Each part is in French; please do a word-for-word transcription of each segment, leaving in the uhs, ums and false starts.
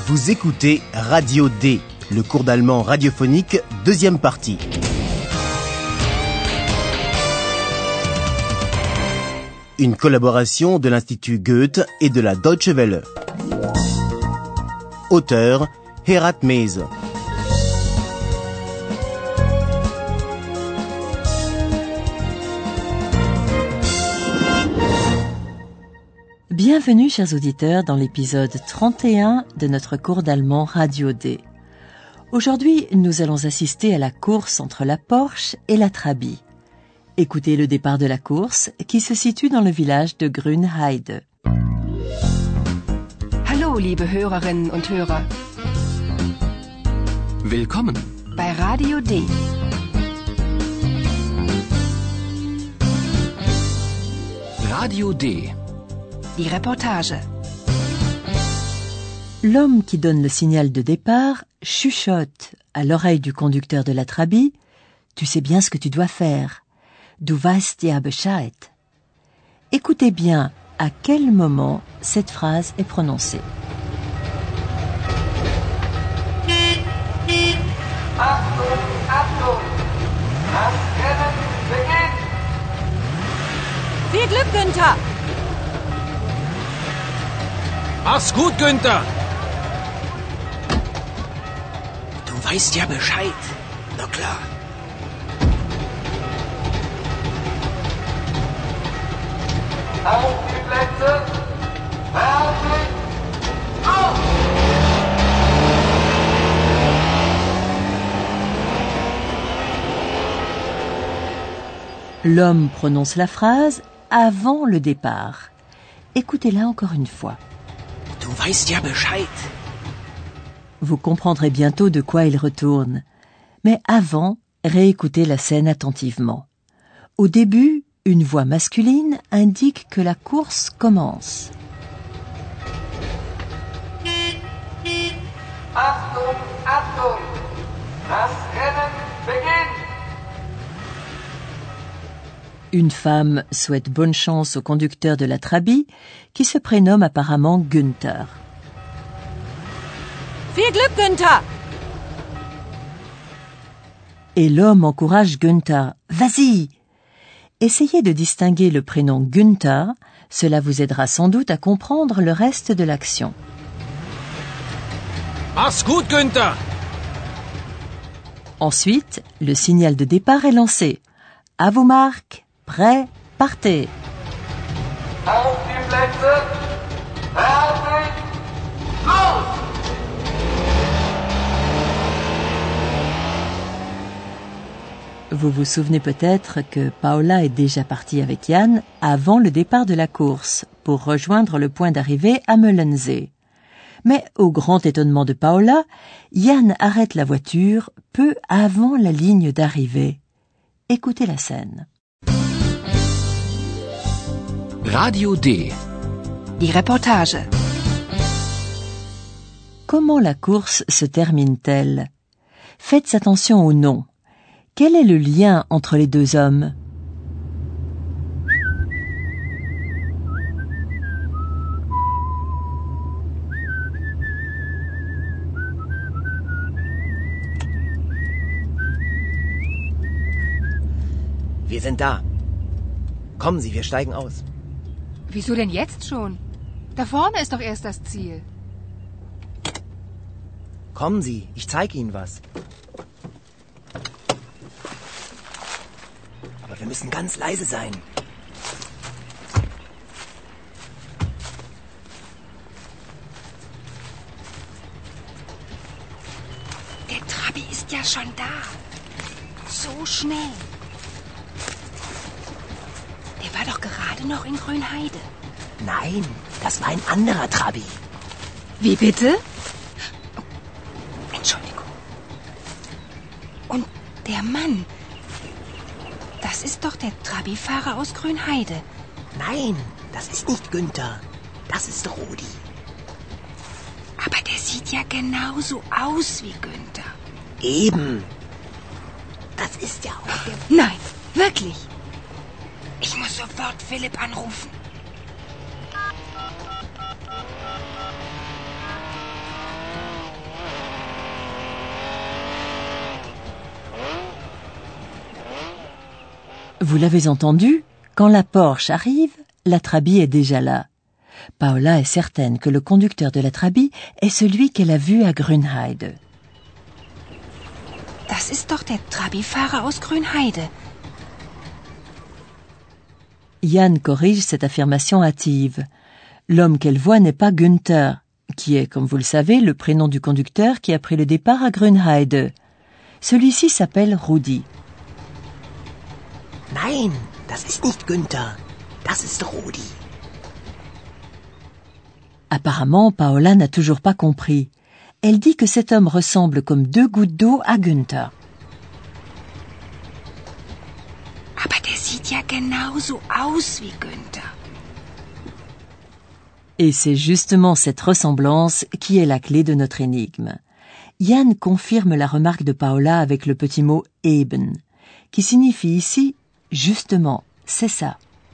Vous écoutez Radio D, le cours d'allemand radiophonique, deuxième partie. Une collaboration de l'Institut Goethe et de la Deutsche Welle. Auteur, Herat Mese. Bienvenue, chers auditeurs, dans l'épisode trente et un de notre cours d'allemand Radio D. Aujourd'hui, nous allons assister à la course entre la Porsche et la Trabi. Écoutez le départ de la course qui se situe dans le village de Grünheide. Hallo, liebe Hörerinnen und Hörer. Willkommen bei Radio D. Radio D. Die Reportage. L'homme qui donne le signal de départ chuchote à l'oreille du conducteur de la Trabi « Tu sais bien ce que tu dois faire. Du weißt ja Bescheid. » Écoutez bien à quel moment cette phrase est prononcée. Achtung, Achtung! Das Rennen beginnt! Viel Glück, Günther! Mach's gut, Günther! Du weißt ja Bescheid. Na klar. Auf die Plätze! Fertig! Auf! L'homme prononce la phrase avant le départ. Écoutez-la encore une fois. Du weißt ja Bescheid. Vous comprendrez bientôt de quoi il retourne. Mais avant, réécoutez la scène attentivement. Au début, une voix masculine indique que la course commence. Achtung, Achtung! Das Rennen beginnt! Une femme souhaite bonne chance au conducteur de la Trabi, qui se prénomme apparemment Günther. Viel Glück, Günther! Et l'homme encourage Günther. Vas-y! Essayez de distinguer le prénom Günther, cela vous aidera sans doute à comprendre le reste de l'action. Mach's gut, Günther! Ensuite, le signal de départ est lancé. À vos marques, prêts, partez! Auf die Plätze! Fertig! Los! Vous vous souvenez peut-être que Paola est déjà partie avec Jan avant le départ de la course pour rejoindre le point d'arrivée à Möllensee. Mais au grand étonnement de Paola, Jan arrête la voiture peu avant la ligne d'arrivée. Écoutez la scène. Radio D. Die Reportage. Comment la course se termine-t-elle? Faites attention au nom. Quel est le lien entre les deux hommes? Wir sind da. Kommen Sie, wir steigen aus. Wieso denn jetzt schon? Da vorne ist doch erst das Ziel. Kommen Sie, ich zeige Ihnen was. Aber wir müssen ganz leise sein. Der Trabi ist ja schon da. So schnell. Der war doch gerade noch in Grünheide. Nein, das war ein anderer Trabi. Wie bitte? Oh, Entschuldigung. Und der Mann, das ist doch der Trabi-Fahrer aus Grünheide. Nein, das ist nicht Günther. Das ist Rudi. Aber der sieht ja genauso aus wie Günther. Eben. Das ist ja auch der... Nein, wirklich. Ich muss sofort Philipp anrufen. Vous l'avez entendu, quand la Porsche arrive, la Trabi est déjà là. Paola est certaine que le conducteur de la Trabi est celui qu'elle a vu à Grünheide. Das ist doch der Trabi-Fahrer aus Grünheide. Jan corrige cette affirmation hâtive. L'homme qu'elle voit n'est pas Günther, qui est, comme vous le savez, le prénom du conducteur qui a pris le départ à Grünheide. Celui-ci s'appelle Rudi. Nein, das ist nicht Günther. Das ist Rudi. Apparemment, Paola n'a toujours pas compris. Elle dit que cet homme ressemble comme deux gouttes d'eau à Günther. Aber der sieht ja genauso aus wie Günther. Et c'est justement cette ressemblance qui est la clé de notre énigme. Jan confirme la remarque de Paola avec le petit mot « eben », qui signifie ici « justement », c'est ça.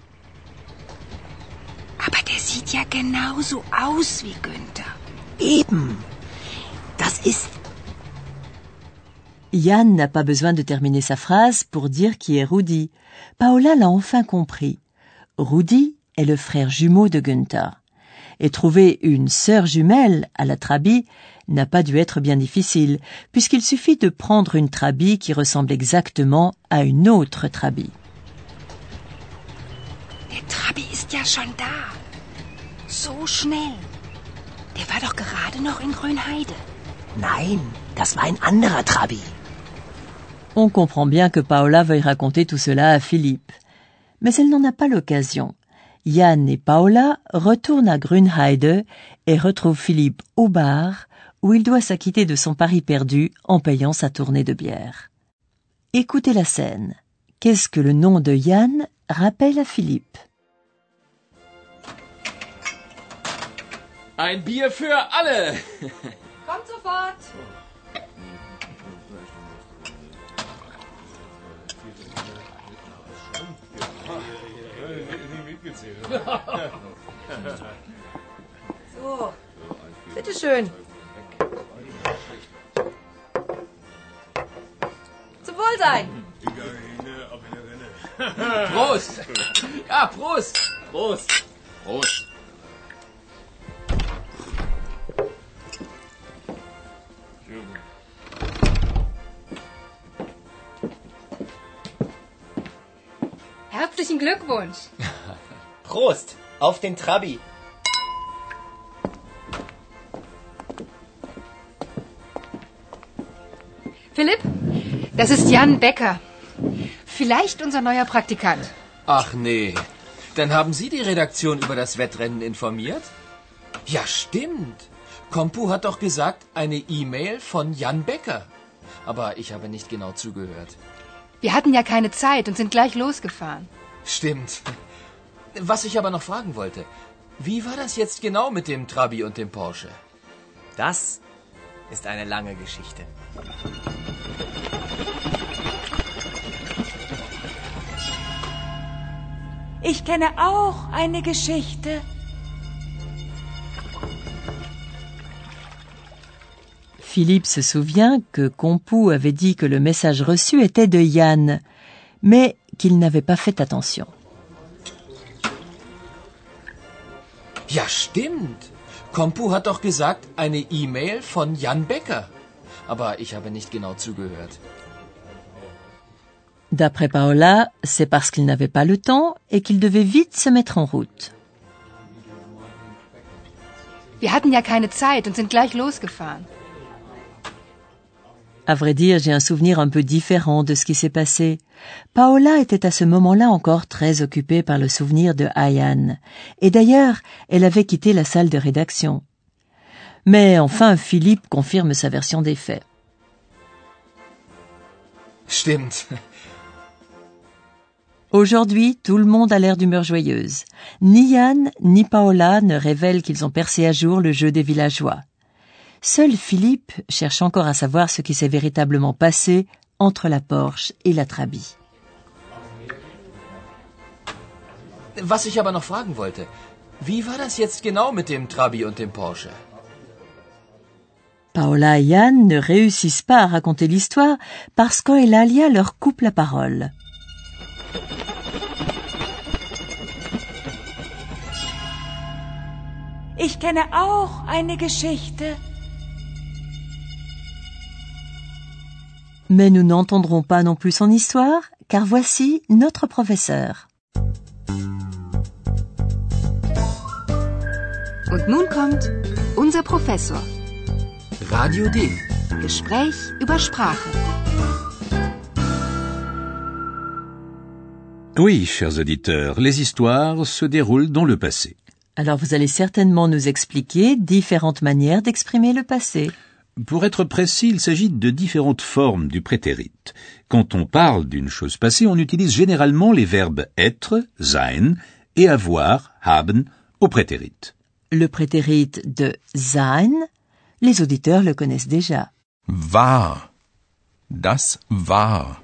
Aber der sieht ja genauso aus wie Günther. Eben. Das ist... Jan n'a pas besoin de terminer sa phrase pour dire qui est Rudi. Paola l'a enfin compris. Rudi est le frère jumeau de Günther. Et trouver une sœur jumelle à la Trabi n'a pas dû être bien difficile, puisqu'il suffit de prendre une Trabi qui ressemble exactement à une autre Trabi. Der Trabi ist ja schon da. So schnell. Der war doch gerade noch in Grünheide. Nein, das war ein anderer Trabi. On comprend bien que Paola veuille raconter tout cela à Philippe. Mais elle n'en a pas l'occasion. Jan et Paola retournent à Grünheide et retrouvent Philippe au bar, où il doit s'acquitter de son pari perdu en payant sa tournée de bière. Écoutez la scène. Qu'est-ce que le nom de Jan rappelle à Philippe? Ein Bier für alle! Kommt sofort! So, bitteschön. Zum Wohlsein. Prost! Ja, Prost! Prost! Prost! Herzlichen Glückwunsch! Prost auf den Trabi. Philipp, das ist Jan Becker. Vielleicht unser neuer Praktikant. Ach nee. Dann haben Sie die Redaktion über das Wettrennen informiert? Ja, stimmt. Kompu hat doch gesagt, eine E-Mail von Jan Becker. Aber ich habe nicht genau zugehört. Wir hatten ja keine Zeit und sind gleich losgefahren. Stimmt. Was ich aber noch fragen wollte, wie war das jetzt genau mit dem Trabi und dem Porsche? Das ist eine lange Geschichte. Ich kenne auch eine Geschichte. Philippe se souvient que Compu avait dit que le message reçu était de Jan, mais qu'il n'avait pas fait attention. Ja, stimmt. Kompu hat doch gesagt, eine E-Mail von Jan Becker. Aber ich habe nicht genau zugehört. D'après Paola, c'est parce qu'il n'avait pas le temps et qu'il devait vite se mettre en route. Wir hatten ja keine Zeit und sind gleich losgefahren. À vrai dire, j'ai un souvenir un peu différent de ce qui s'est passé. Paola était à ce moment-là encore très occupée par le souvenir de Jan. Et d'ailleurs, elle avait quitté la salle de rédaction. Mais enfin, Philippe confirme sa version des faits. Stimmt. Aujourd'hui, tout le monde a l'air d'humeur joyeuse. Ni Jan ni Paola ne révèlent qu'ils ont percé à jour le jeu des villageois. Seul Philippe cherche encore à savoir ce qui s'est véritablement passé entre la Porsche et la Trabi. Was ich aber noch fragen wollte, wie war das jetzt genau mit dem Trabi und dem Porsche? Paola et Jan ne réussissent pas à raconter l'histoire parce qu'Eulalia leur coupe la parole. Ich kenne auch eine Geschichte. Mais nous n'entendrons pas non plus son histoire, car voici notre professeur. Und nun kommt unser Professor. Radio D. Gespräch über Sprache. Oui, chers auditeurs, les histoires se déroulent dans le passé. Alors vous allez certainement nous expliquer différentes manières d'exprimer le passé. Pour être précis, il s'agit de différentes formes du prétérit. Quand on parle d'une chose passée, on utilise généralement les verbes être, sein, et avoir, haben, au prétérit. Le prétérit de sein, les auditeurs le connaissent déjà. War. Das war.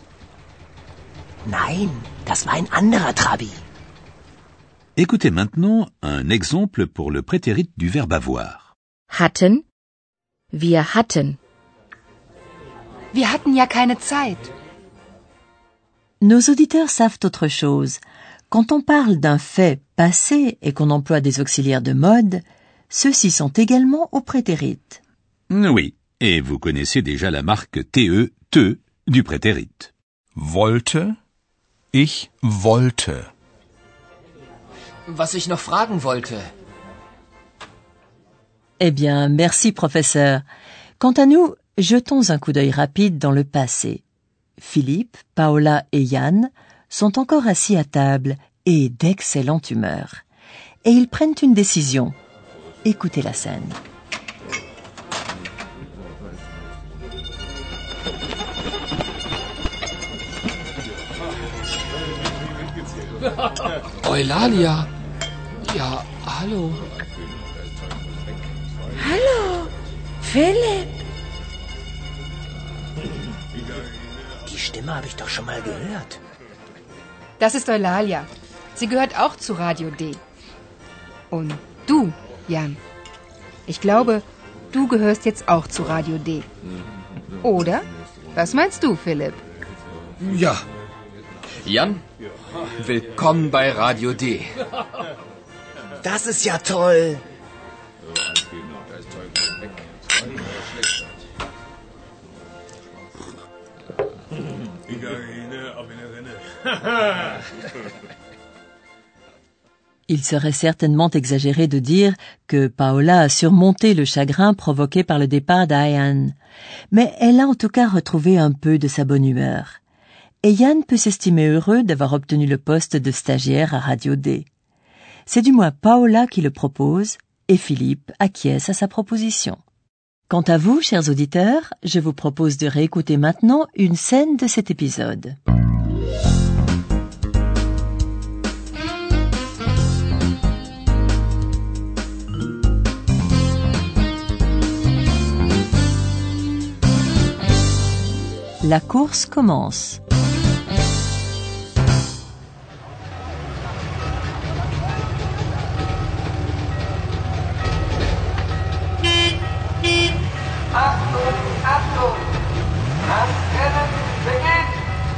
Nein, das war ein anderer Trabi. Écoutez maintenant un exemple pour le prétérit du verbe avoir. Hatten. Wir hatten. Wir hatten ja keine Zeit. Nos auditeurs savent autre chose. Quand on parle d'un fait passé et qu'on emploie des auxiliaires de mode, ceux-ci sont également au prétérit. Oui, et vous connaissez déjà la marque T E, te, du prétérit. Wollte. Ich wollte. Was ich noch fragen wollte. Eh bien, merci professeur. Quant à nous, jetons un coup d'œil rapide dans le passé. Philippe, Paola et Yann sont encore assis à table et d'excellente humeur. Et ils prennent une décision. Écoutez la scène. Eulalia. Ja, hallo. Hallo, Philipp. Die Stimme habe ich doch schon mal gehört. Das ist Eulalia. Sie gehört auch zu Radio D. Und du, Jan. Ich glaube, du gehörst jetzt auch zu Radio D. Oder? Was meinst du, Philipp? Ja. Jan, willkommen bei Radio D. Das ist ja toll. Il serait certainement exagéré de dire que Paola a surmonté le chagrin provoqué par le départ d'Yann. Mais elle a en tout cas retrouvé un peu de sa bonne humeur. Et Yann peut s'estimer heureux d'avoir obtenu le poste de stagiaire à Radio D. C'est du moins Paola qui le propose et Philippe acquiesce à sa proposition. Quant à vous, chers auditeurs, je vous propose de réécouter maintenant une scène de cet épisode. La course commence. Achtung, Achtung! Das Rennen beginnt!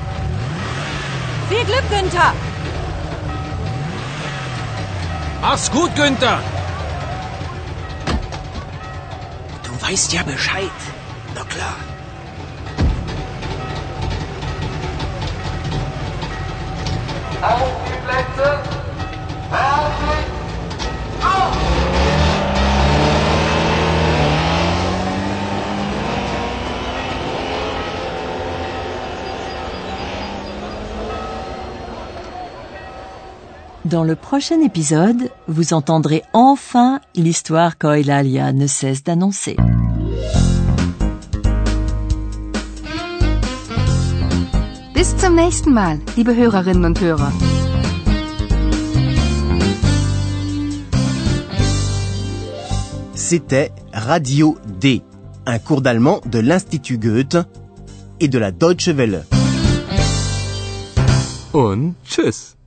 Viel Glück, Günther. Mach's gut, Günther! Du weißt ja Bescheid. Na klar. Auf die Plätze! Fertig! Los! Dans le prochain épisode, vous entendrez enfin l'histoire qu'Eulalia ne cesse d'annoncer. Bis zum nächsten Mal, liebe Hörerinnen und Hörer. C'était Radio D, un cours d'allemand de l'Institut Goethe et de la Deutsche Welle. Und tschüss.